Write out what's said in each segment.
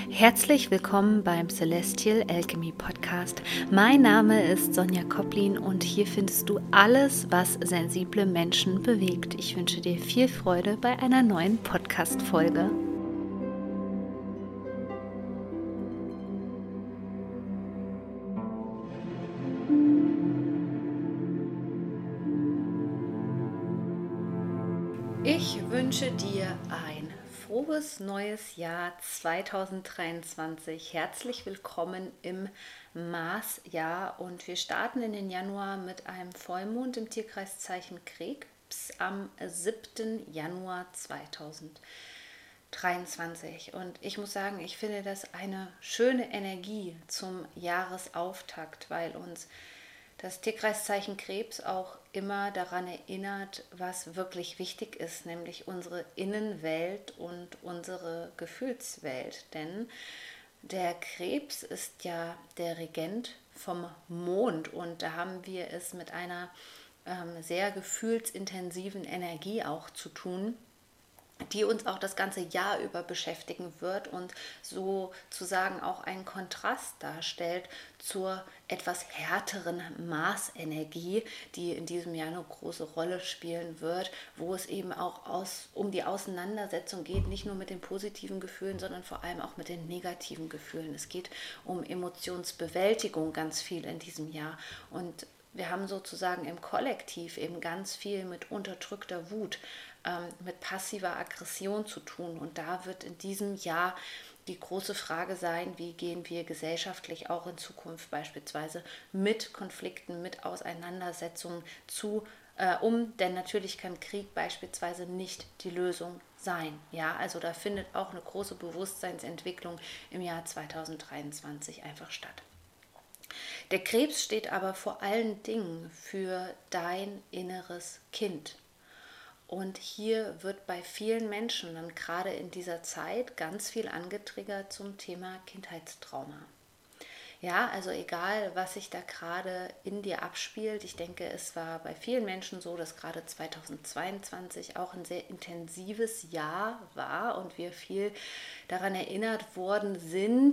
Herzlich willkommen beim Celestial Alchemy Podcast. Mein Name ist Sonja Koplin und hier findest du alles, was sensible Menschen bewegt. Ich wünsche dir viel Freude bei einer neuen Podcast-Folge. Ich wünsche dir ein frohes neues Jahr 2023. Herzlich willkommen im Marsjahr und wir starten in den Januar mit einem Vollmond im Tierkreiszeichen Krebs am 7. Januar 2023. Und ich muss sagen, ich finde das eine schöne Energie zum Jahresauftakt, weil uns das Tierkreiszeichen Krebs auch immer daran erinnert, was wirklich wichtig ist, nämlich unsere Innenwelt und unsere Gefühlswelt. Denn der Krebs ist ja der Regent vom Mond und da haben wir es mit einer sehr gefühlsintensiven Energie auch zu tun, die uns auch das ganze Jahr über beschäftigen wird und sozusagen auch einen Kontrast darstellt zur etwas härteren Marsenergie, die in diesem Jahr eine große Rolle spielen wird, wo es eben auch um die Auseinandersetzung geht, nicht nur mit den positiven Gefühlen, sondern vor allem auch mit den negativen Gefühlen. Es geht um Emotionsbewältigung ganz viel in diesem Jahr und wir haben sozusagen im Kollektiv eben ganz viel mit unterdrückter Wut, mit passiver Aggression zu tun. Und da wird in diesem Jahr die große Frage sein, wie gehen wir gesellschaftlich auch in Zukunft beispielsweise mit Konflikten, mit Auseinandersetzungen um, denn natürlich kann Krieg beispielsweise nicht die Lösung sein. Ja, also da findet auch eine große Bewusstseinsentwicklung im Jahr 2023 einfach statt. Der Krebs steht aber vor allen Dingen für dein inneres Kind. Und hier wird bei vielen Menschen dann gerade in dieser Zeit ganz viel angetriggert zum Thema Kindheitstrauma. Ja, also egal, was sich da gerade in dir abspielt, ich denke, es war bei vielen Menschen so, dass gerade 2022 auch ein sehr intensives Jahr war und wir viel daran erinnert worden sind,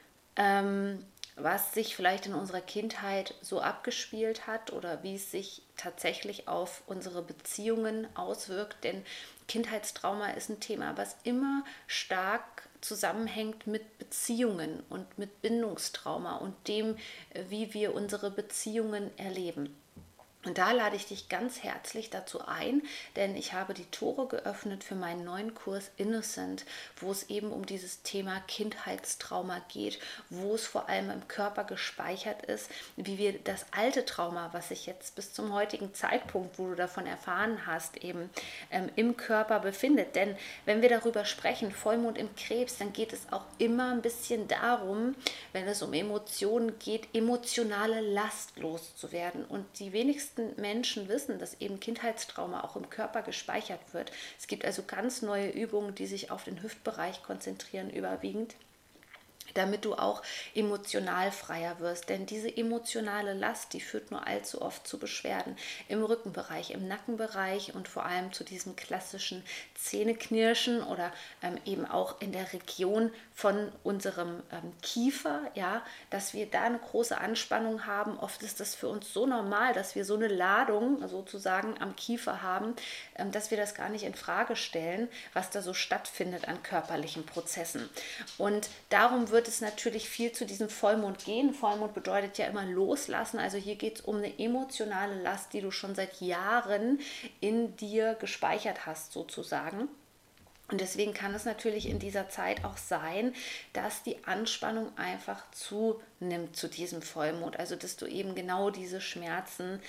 was sich vielleicht in unserer Kindheit so abgespielt hat oder wie es sich tatsächlich auf unsere Beziehungen auswirkt. Denn Kindheitstrauma ist ein Thema, was immer stark zusammenhängt mit Beziehungen und mit Bindungstrauma und dem, wie wir unsere Beziehungen erleben. Und da lade ich dich ganz herzlich dazu ein, denn ich habe die Tore geöffnet für meinen neuen Kurs Innocent, wo es eben um dieses Thema Kindheitstrauma geht, wo es vor allem im Körper gespeichert ist, wie wir das alte Trauma, was sich jetzt bis zum heutigen Zeitpunkt, wo du davon erfahren hast, eben im Körper befindet. Denn wenn wir darüber sprechen, Vollmond im Krebs, dann geht es auch immer ein bisschen darum, wenn es um Emotionen geht, emotionale Last loszuwerden. Und die wenigsten Menschen wissen, dass eben Kindheitstrauma auch im Körper gespeichert wird. Es gibt also ganz neue Übungen, die sich auf den Hüftbereich konzentrieren, überwiegend, damit du auch emotional freier wirst. Denn diese emotionale Last, die führt nur allzu oft zu Beschwerden im Rückenbereich, im Nackenbereich und vor allem zu diesem klassischen Zähneknirschen oder eben auch in der Region von unserem Kiefer, ja, dass wir da eine große Anspannung haben. Oft ist das für uns so normal, dass wir so eine Ladung sozusagen am Kiefer haben, dass wir das gar nicht in Frage stellen, was da so stattfindet an körperlichen Prozessen. Und darum wird es natürlich viel zu diesem Vollmond gehen. Vollmond bedeutet ja immer loslassen. Also hier geht es um eine emotionale Last, die du schon seit Jahren in dir gespeichert hast sozusagen. Und deswegen kann es natürlich in dieser Zeit auch sein, dass die Anspannung einfach zunimmt zu diesem Vollmond. Also dass du eben genau diese Schmerzen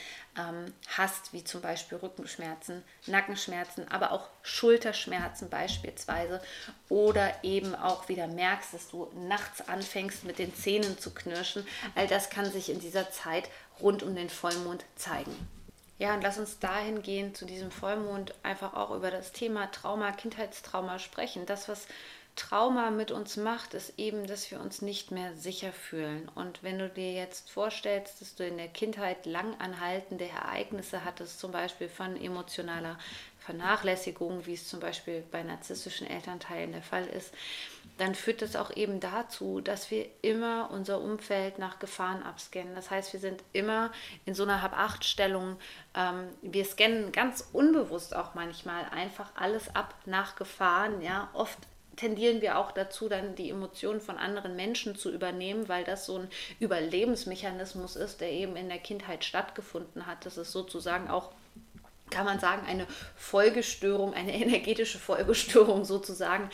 hast, wie zum Beispiel Rückenschmerzen, Nackenschmerzen, aber auch Schulterschmerzen beispielsweise. Oder eben auch wieder merkst, dass du nachts anfängst mit den Zähnen zu knirschen. All das kann sich in dieser Zeit rund um den Vollmond zeigen. Ja, und lass uns dahingehend zu diesem Vollmond einfach auch über das Thema Trauma, Kindheitstrauma sprechen. Das, was Trauma mit uns macht, ist eben, dass wir uns nicht mehr sicher fühlen. Und wenn du dir jetzt vorstellst, dass du in der Kindheit langanhaltende Ereignisse hattest, zum Beispiel von emotionaler Vernachlässigung, wie es zum Beispiel bei narzisstischen Elternteilen der Fall ist, dann führt das auch eben dazu, dass wir immer unser Umfeld nach Gefahren abscannen. Das heißt, wir sind immer in so einer Hab-Acht-Stellung. Wir scannen ganz unbewusst auch manchmal einfach alles ab nach Gefahren. Ja, oft tendieren wir auch dazu, dann die Emotionen von anderen Menschen zu übernehmen, weil das so ein Überlebensmechanismus ist, der eben in der Kindheit stattgefunden hat. Das ist sozusagen auch, kann man sagen, eine Folgestörung, eine energetische Folgestörung sozusagen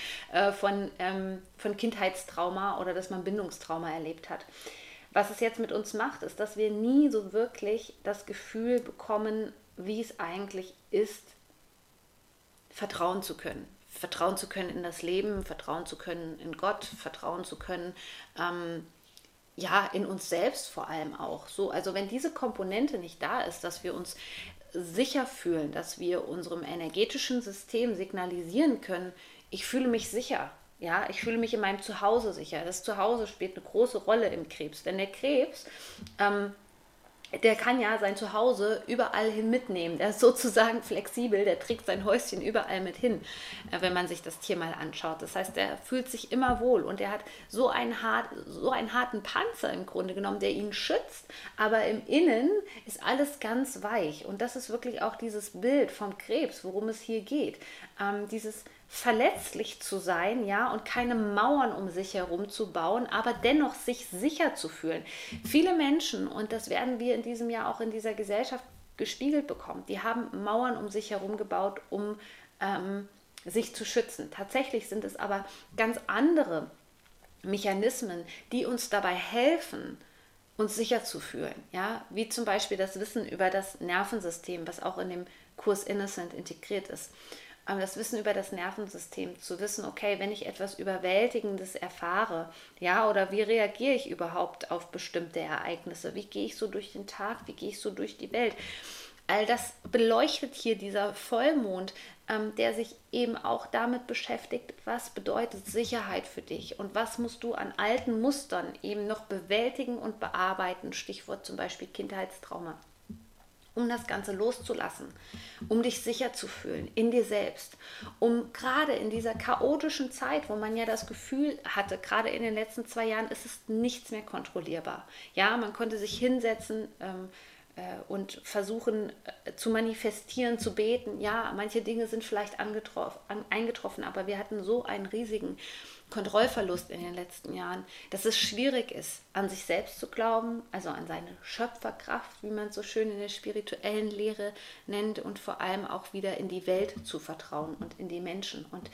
von Kindheitstrauma oder dass man Bindungstrauma erlebt hat. Was es jetzt mit uns macht, ist, dass wir nie so wirklich das Gefühl bekommen, wie es eigentlich ist, vertrauen zu können. Vertrauen zu können in das Leben, vertrauen zu können in Gott, vertrauen zu können, ja, in uns selbst vor allem auch. So, also wenn diese Komponente nicht da ist, dass wir uns sicher fühlen, dass wir unserem energetischen System signalisieren können, ich fühle mich sicher. Ja, ich fühle mich in meinem Zuhause sicher. Das Zuhause spielt eine große Rolle im Krebs. Denn der Krebs, der kann ja sein Zuhause überall hin mitnehmen. Der ist sozusagen flexibel, der trägt sein Häuschen überall mit hin, wenn man sich das Tier mal anschaut. Das heißt, der fühlt sich immer wohl und der hat so einen harten Panzer im Grunde genommen, der ihn schützt, aber im Innen ist alles ganz weich. Und das ist wirklich auch dieses Bild vom Krebs, worum es hier geht. Dieses verletzlich zu sein, ja, und keine Mauern um sich herum zu bauen, aber dennoch sich sicher zu fühlen. Viele Menschen, und das werden wir in diesem Jahr auch in dieser Gesellschaft gespiegelt bekommen, die haben Mauern um sich herum gebaut, um sich zu schützen. Tatsächlich sind es aber ganz andere Mechanismen, die uns dabei helfen, uns sicher zu fühlen, ja, wie zum Beispiel das Wissen über das Nervensystem, was auch in dem Kurs Innocent integriert ist. Das Wissen über das Nervensystem, zu wissen, okay, wenn ich etwas Überwältigendes erfahre, ja, oder wie reagiere ich überhaupt auf bestimmte Ereignisse, wie gehe ich so durch den Tag, wie gehe ich so durch die Welt. All das beleuchtet hier dieser Vollmond, der sich eben auch damit beschäftigt, was bedeutet Sicherheit für dich und was musst du an alten Mustern eben noch bewältigen und bearbeiten, Stichwort zum Beispiel Kindheitstrauma, um das Ganze loszulassen, um dich sicher zu fühlen in dir selbst, um gerade in dieser chaotischen Zeit, wo man ja das Gefühl hatte, gerade in den letzten 2 Jahren ist es nichts mehr kontrollierbar. Ja, man konnte sich hinsetzen und versuchen zu manifestieren, zu beten. Ja, manche Dinge sind vielleicht eingetroffen, aber wir hatten so einen riesigen Kontrollverlust in den letzten Jahren, dass es schwierig ist, an sich selbst zu glauben, also an seine Schöpferkraft, wie man es so schön in der spirituellen Lehre nennt, und vor allem auch wieder in die Welt zu vertrauen und in die Menschen. Und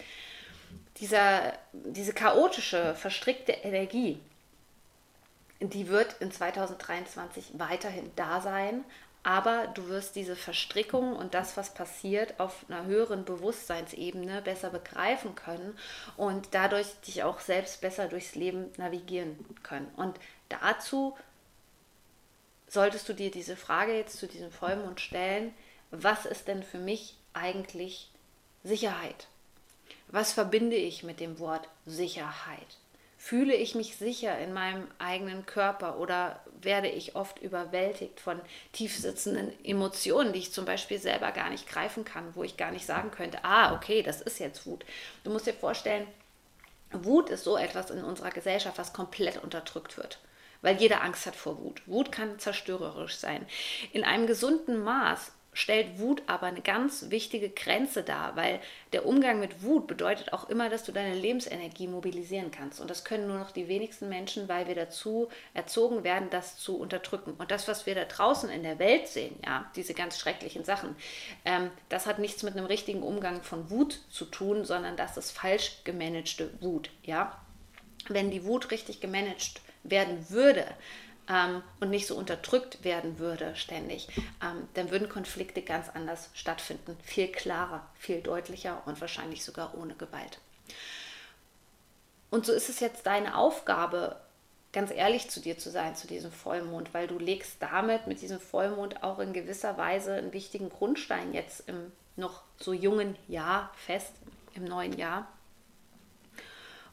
diese chaotische, verstrickte Energie, die wird in 2023 weiterhin da sein, aber du wirst diese Verstrickung und das, was passiert, auf einer höheren Bewusstseinsebene besser begreifen können und dadurch dich auch selbst besser durchs Leben navigieren können. Und dazu solltest du dir diese Frage jetzt zu diesem Vollmond stellen: Was ist denn für mich eigentlich Sicherheit? Was verbinde ich mit dem Wort Sicherheit? Fühle ich mich sicher in meinem eigenen Körper oder werde ich oft überwältigt von tiefsitzenden Emotionen, die ich zum Beispiel selber gar nicht greifen kann, wo ich gar nicht sagen könnte, okay, das ist jetzt Wut. Du musst dir vorstellen, Wut ist so etwas in unserer Gesellschaft, was komplett unterdrückt wird, weil jeder Angst hat vor Wut. Wut kann zerstörerisch sein. In einem gesunden Maß stellt Wut aber eine ganz wichtige Grenze dar, weil der Umgang mit Wut bedeutet auch immer, dass du deine Lebensenergie mobilisieren kannst. Und das können nur noch die wenigsten Menschen, weil wir dazu erzogen werden, das zu unterdrücken. Und das, was wir da draußen in der Welt sehen, ja, diese ganz schrecklichen Sachen, das hat nichts mit einem richtigen Umgang von Wut zu tun, sondern das ist falsch gemanagte Wut. Ja? Wenn die Wut richtig gemanagt werden würde, und nicht so unterdrückt werden würde ständig, dann würden Konflikte ganz anders stattfinden. Viel klarer, viel deutlicher und wahrscheinlich sogar ohne Gewalt. Und so ist es jetzt deine Aufgabe, ganz ehrlich zu dir zu sein, zu diesem Vollmond, weil du legst damit mit diesem Vollmond auch in gewisser Weise einen wichtigen Grundstein jetzt im noch so jungen Jahr fest, im neuen Jahr.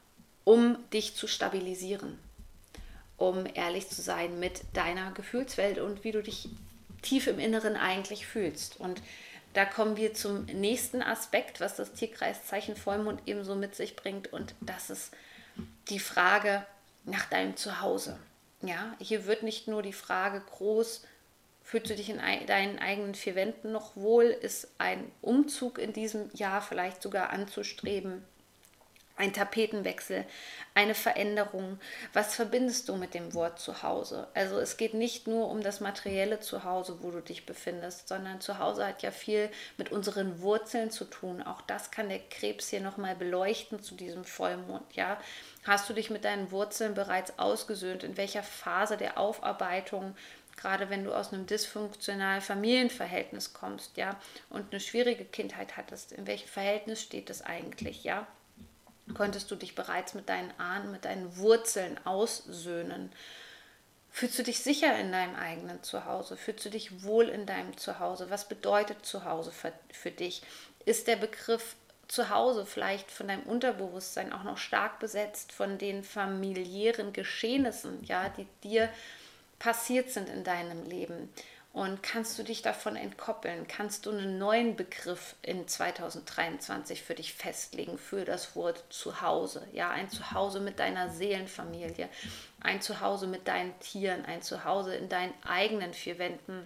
um dich zu stabilisieren, um ehrlich zu sein mit deiner Gefühlswelt und wie du dich tief im Inneren eigentlich fühlst. Und da kommen wir zum nächsten Aspekt, was das Tierkreiszeichen Vollmond ebenso mit sich bringt. Und das ist die Frage nach deinem Zuhause. Ja, hier wird nicht nur die Frage groß, fühlst du dich in deinen eigenen vier Wänden noch wohl? Ist ein Umzug in diesem Jahr vielleicht sogar anzustreben? Ein Tapetenwechsel, eine Veränderung. Was verbindest du mit dem Wort Zuhause? Also es geht nicht nur um das materielle Zuhause, wo du dich befindest, sondern Zuhause hat ja viel mit unseren Wurzeln zu tun. Auch das kann der Krebs hier nochmal beleuchten zu diesem Vollmond. Ja? Hast du dich mit deinen Wurzeln bereits ausgesöhnt? In welcher Phase der Aufarbeitung, gerade wenn du aus einem dysfunktionalen Familienverhältnis kommst, ja, und eine schwierige Kindheit hattest, in welchem Verhältnis steht das eigentlich, ja? Konntest du dich bereits mit deinen Ahnen, mit deinen Wurzeln aussöhnen? Fühlst du dich sicher in deinem eigenen Zuhause? Fühlst du dich wohl in deinem Zuhause? Was bedeutet Zuhause für dich? Ist der Begriff Zuhause vielleicht von deinem Unterbewusstsein auch noch stark besetzt von den familiären Geschehnissen, ja, die dir passiert sind in deinem Leben? Und kannst du dich davon entkoppeln? Kannst du einen neuen Begriff in 2023 für dich festlegen, für das Wort Zuhause? Ja, ein Zuhause mit deiner Seelenfamilie, ein Zuhause mit deinen Tieren, ein Zuhause in deinen eigenen vier Wänden.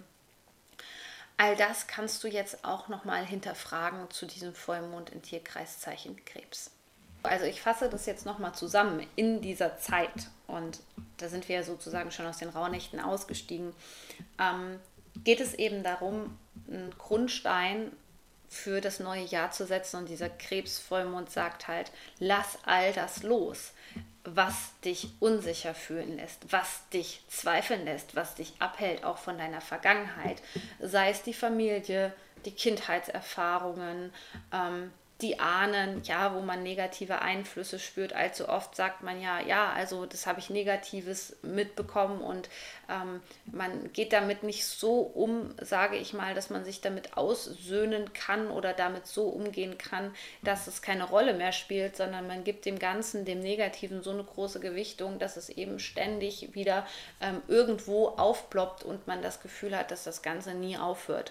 All das kannst du jetzt auch nochmal hinterfragen zu diesem Vollmond im Tierkreiszeichen Krebs. Also ich fasse das jetzt nochmal zusammen in dieser Zeit, und da sind wir ja sozusagen schon aus den Rauhnächten ausgestiegen, geht es eben darum, einen Grundstein für das neue Jahr zu setzen. Und dieser Krebsvollmond sagt halt, lass all das los, was dich unsicher fühlen lässt, was dich zweifeln lässt, was dich abhält auch von deiner Vergangenheit. Sei es die Familie, die Kindheitserfahrungen, die Ahnen, ja, wo man negative Einflüsse spürt. Allzu oft sagt man ja, also das habe ich Negatives mitbekommen, und man geht damit nicht so um, sage ich mal, dass man sich damit aussöhnen kann oder damit so umgehen kann, dass es keine Rolle mehr spielt, sondern man gibt dem Ganzen, dem Negativen, so eine große Gewichtung, dass es eben ständig wieder irgendwo aufploppt und man das Gefühl hat, dass das Ganze nie aufhört.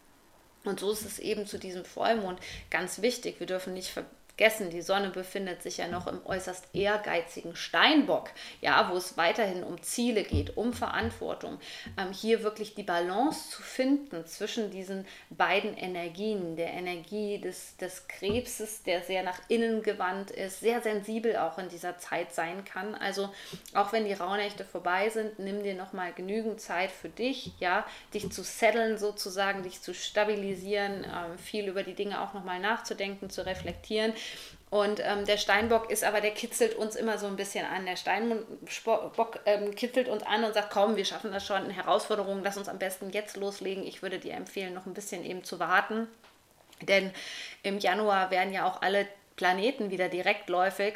Und so ist es eben zu diesem Vollmond ganz wichtig. Wir dürfen nicht vergessen, die Sonne befindet sich ja noch im äußerst ehrgeizigen Steinbock, ja, wo es weiterhin um Ziele geht, um Verantwortung. Hier wirklich die Balance zu finden zwischen diesen beiden Energien, der Energie des Krebses, der sehr nach innen gewandt ist, sehr sensibel auch in dieser Zeit sein kann. Also auch wenn die Rauhnächte vorbei sind, nimm dir nochmal genügend Zeit für dich, ja, dich zu setteln sozusagen, dich zu stabilisieren, viel über die Dinge auch nochmal nachzudenken, zu reflektieren. Und der Steinbock ist aber, der kitzelt uns immer so ein bisschen an. Der Steinbock kitzelt uns an und sagt, komm, wir schaffen das schon, eine Herausforderung, lass uns am besten jetzt loslegen. Ich würde dir empfehlen, noch ein bisschen eben zu warten. Denn im Januar werden ja auch alle Planeten wieder direktläufig.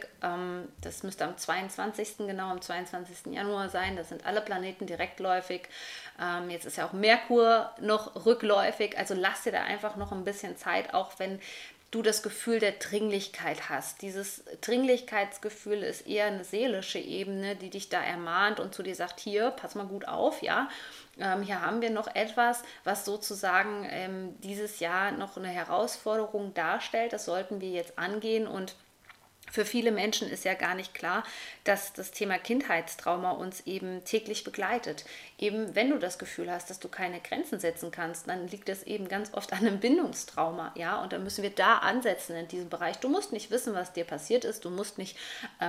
Das müsste am 22. genau, am 22. Januar sein. Das sind alle Planeten direktläufig. Jetzt ist ja auch Merkur noch rückläufig. Also lass dir da einfach noch ein bisschen Zeit, auch wenn du das Gefühl der Dringlichkeit hast. Dieses Dringlichkeitsgefühl ist eher eine seelische Ebene, die dich da ermahnt und zu dir sagt, hier, pass mal gut auf, ja. Hier haben wir noch etwas, was sozusagen dieses Jahr noch eine Herausforderung darstellt. Das sollten wir jetzt angehen, und für viele Menschen ist ja gar nicht klar, dass das Thema Kindheitstrauma uns eben täglich begleitet. Eben wenn du das Gefühl hast, dass du keine Grenzen setzen kannst, dann liegt es eben ganz oft an einem Bindungstrauma. Ja? Und dann müssen wir da ansetzen in diesem Bereich. Du musst nicht wissen, was dir passiert ist. Du musst nicht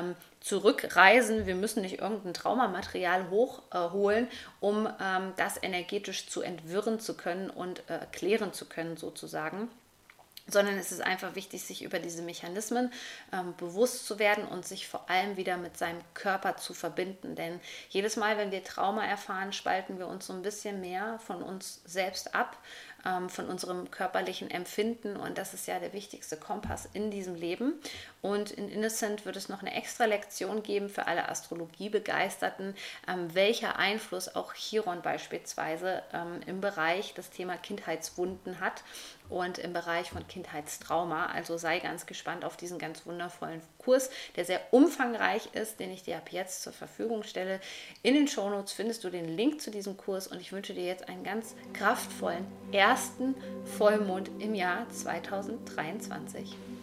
zurückreisen. Wir müssen nicht irgendein Traumamaterial hochholen, um das energetisch zu entwirren zu können und klären zu können sozusagen. Sondern es ist einfach wichtig, sich über diese Mechanismen bewusst zu werden und sich vor allem wieder mit seinem Körper zu verbinden. Denn jedes Mal, wenn wir Trauma erfahren, spalten wir uns so ein bisschen mehr von uns selbst ab. von unserem körperlichen Empfinden, und das ist ja der wichtigste Kompass in diesem Leben. Und in Innocent wird es noch eine extra Lektion geben für alle Astrologiebegeisterten, welcher Einfluss auch Chiron beispielsweise im Bereich das Thema Kindheitswunden hat und im Bereich von Kindheitstrauma. Also sei ganz gespannt auf diesen ganz wundervollen Kurs, der sehr umfangreich ist, den ich dir ab jetzt zur Verfügung stelle. In den Shownotes findest du den Link zu diesem Kurs, und ich wünsche dir jetzt einen ganz kraftvollen ersten Vollmond im Jahr 2023.